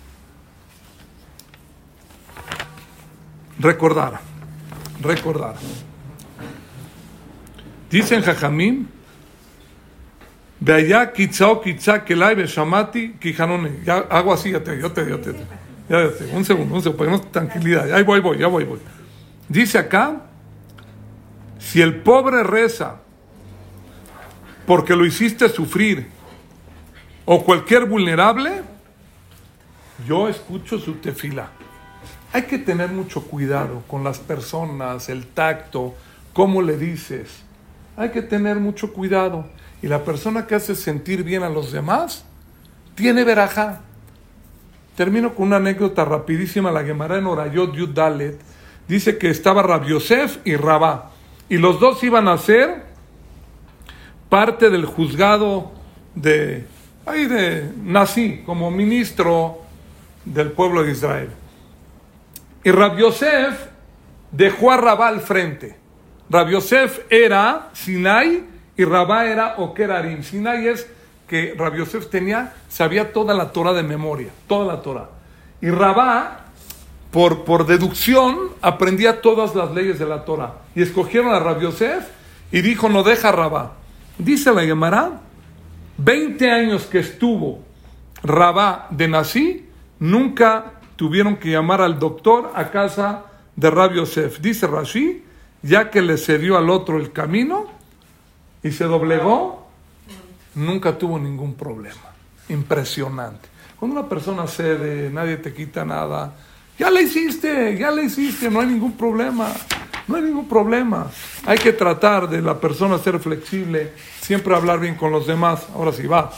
Recordar, recordar. Dicen Jajamim, de allá kitzao kitza kelai beshamati kijanone. Ya hago así, ya te, yo te, yo te, ya te, un segundo, un segundo, ponemos tranquilidad. Ahí voy, voy, ya voy, voy. Dice acá, si el pobre reza porque lo hiciste sufrir o cualquier vulnerable, yo escucho su tefila. Hay que tener mucho cuidado con las personas, el tacto, cómo le dices. Hay que tener mucho cuidado. Y la persona que hace sentir bien a los demás, tiene verajá. Termino con una anécdota rapidísima. La Gemara en Orayot Yud Dalet dice que estaba Rab Yosef y Rabá. Y los dos iban a ser parte del juzgado de, ahí de Nasi, como ministro del pueblo de Israel. Y Rab Yosef dejó a Rabá al frente. Rab Yosef era Sinai y Rabá era Okerarim. Sinai es que Rab Yosef tenía, sabía toda la Torah de memoria, toda la Torah. Y Rabá, por, por deducción, aprendía todas las leyes de la Torah. Y escogieron a Rab Yosef y dijo, no deja a Rabá. Dice la Gemara, veinte años que estuvo Rabá de Nasi, nunca tuvieron que llamar al doctor a casa de Rab Yosef. Dice Rashi, ya que le cedió al otro el camino y se doblegó, nunca tuvo ningún problema. Impresionante. Cuando una persona cede, nadie te quita nada. Ya le hiciste, ya le hiciste, no hay ningún problema. No hay ningún problema. Hay que tratar de la persona ser flexible, siempre hablar bien con los demás. Ahora sí va.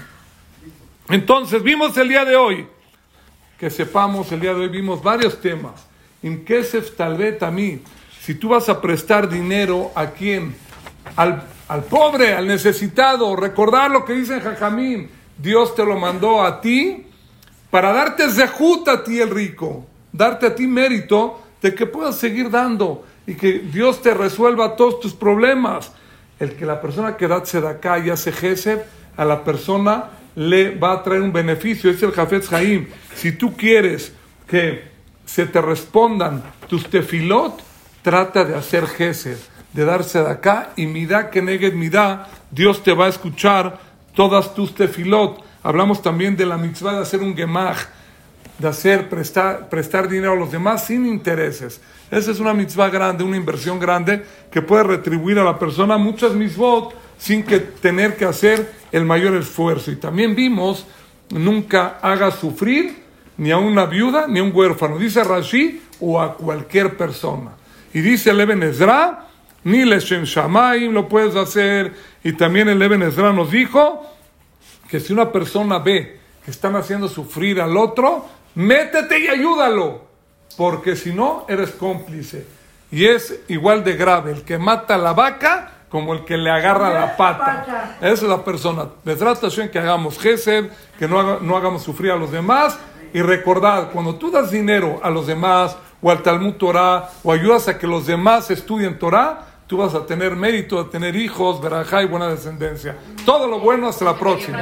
Entonces, vimos el día de hoy, que sepamos, el día de hoy vimos varios temas. En Kesef Talbet a mí, si tú vas a prestar dinero a quién, al, al pobre, al necesitado, recordar lo que dice en Jajamín, Dios te lo mandó a ti para darte zehut a ti el rico, darte a ti mérito de que puedas seguir dando y que Dios te resuelva todos tus problemas. El que la persona que da tzedaká y hace gesed, a la persona le va a traer un beneficio. Es el Jafetz Haim. Si tú quieres que se te respondan tus tefilot, trata de hacer gesed, de dar tzedaká, y midá que neged midá, Dios te va a escuchar todas tus tefilot. Hablamos también de la mitzvah de hacer un gemach, de hacer, prestar, prestar dinero a los demás sin intereses. Esa es una mitzvah grande, una inversión grande que puede retribuir a la persona muchas mitzvot sin que tener que hacer el mayor esfuerzo. Y también vimos, nunca hagas sufrir ni a una viuda ni a un huérfano. Dice Rashi, o a cualquier persona. Y dice el Eben Ezra, ni leshem shamayim lo puedes hacer. Y también el Eben Ezra nos dijo que si una persona ve que están haciendo sufrir al otro, métete y ayúdalo, porque si no, eres cómplice. Y es igual de grave el que mata a la vaca como el que le agarra la pata. Esa es la persona. Les trata que hagamos gesed, que no, haga, no hagamos sufrir a los demás. Y recordad, cuando tú das dinero a los demás, o al Talmud Torah, o ayudas a que los demás estudien Torah, tú vas a tener mérito de tener hijos, verajá y buena descendencia. Todo lo bueno, hasta la próxima.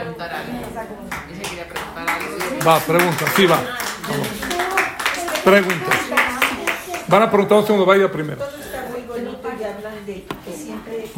Va, pregunta, sí va. Vamos. Preguntas. Van a preguntar un segundo, vaya primero.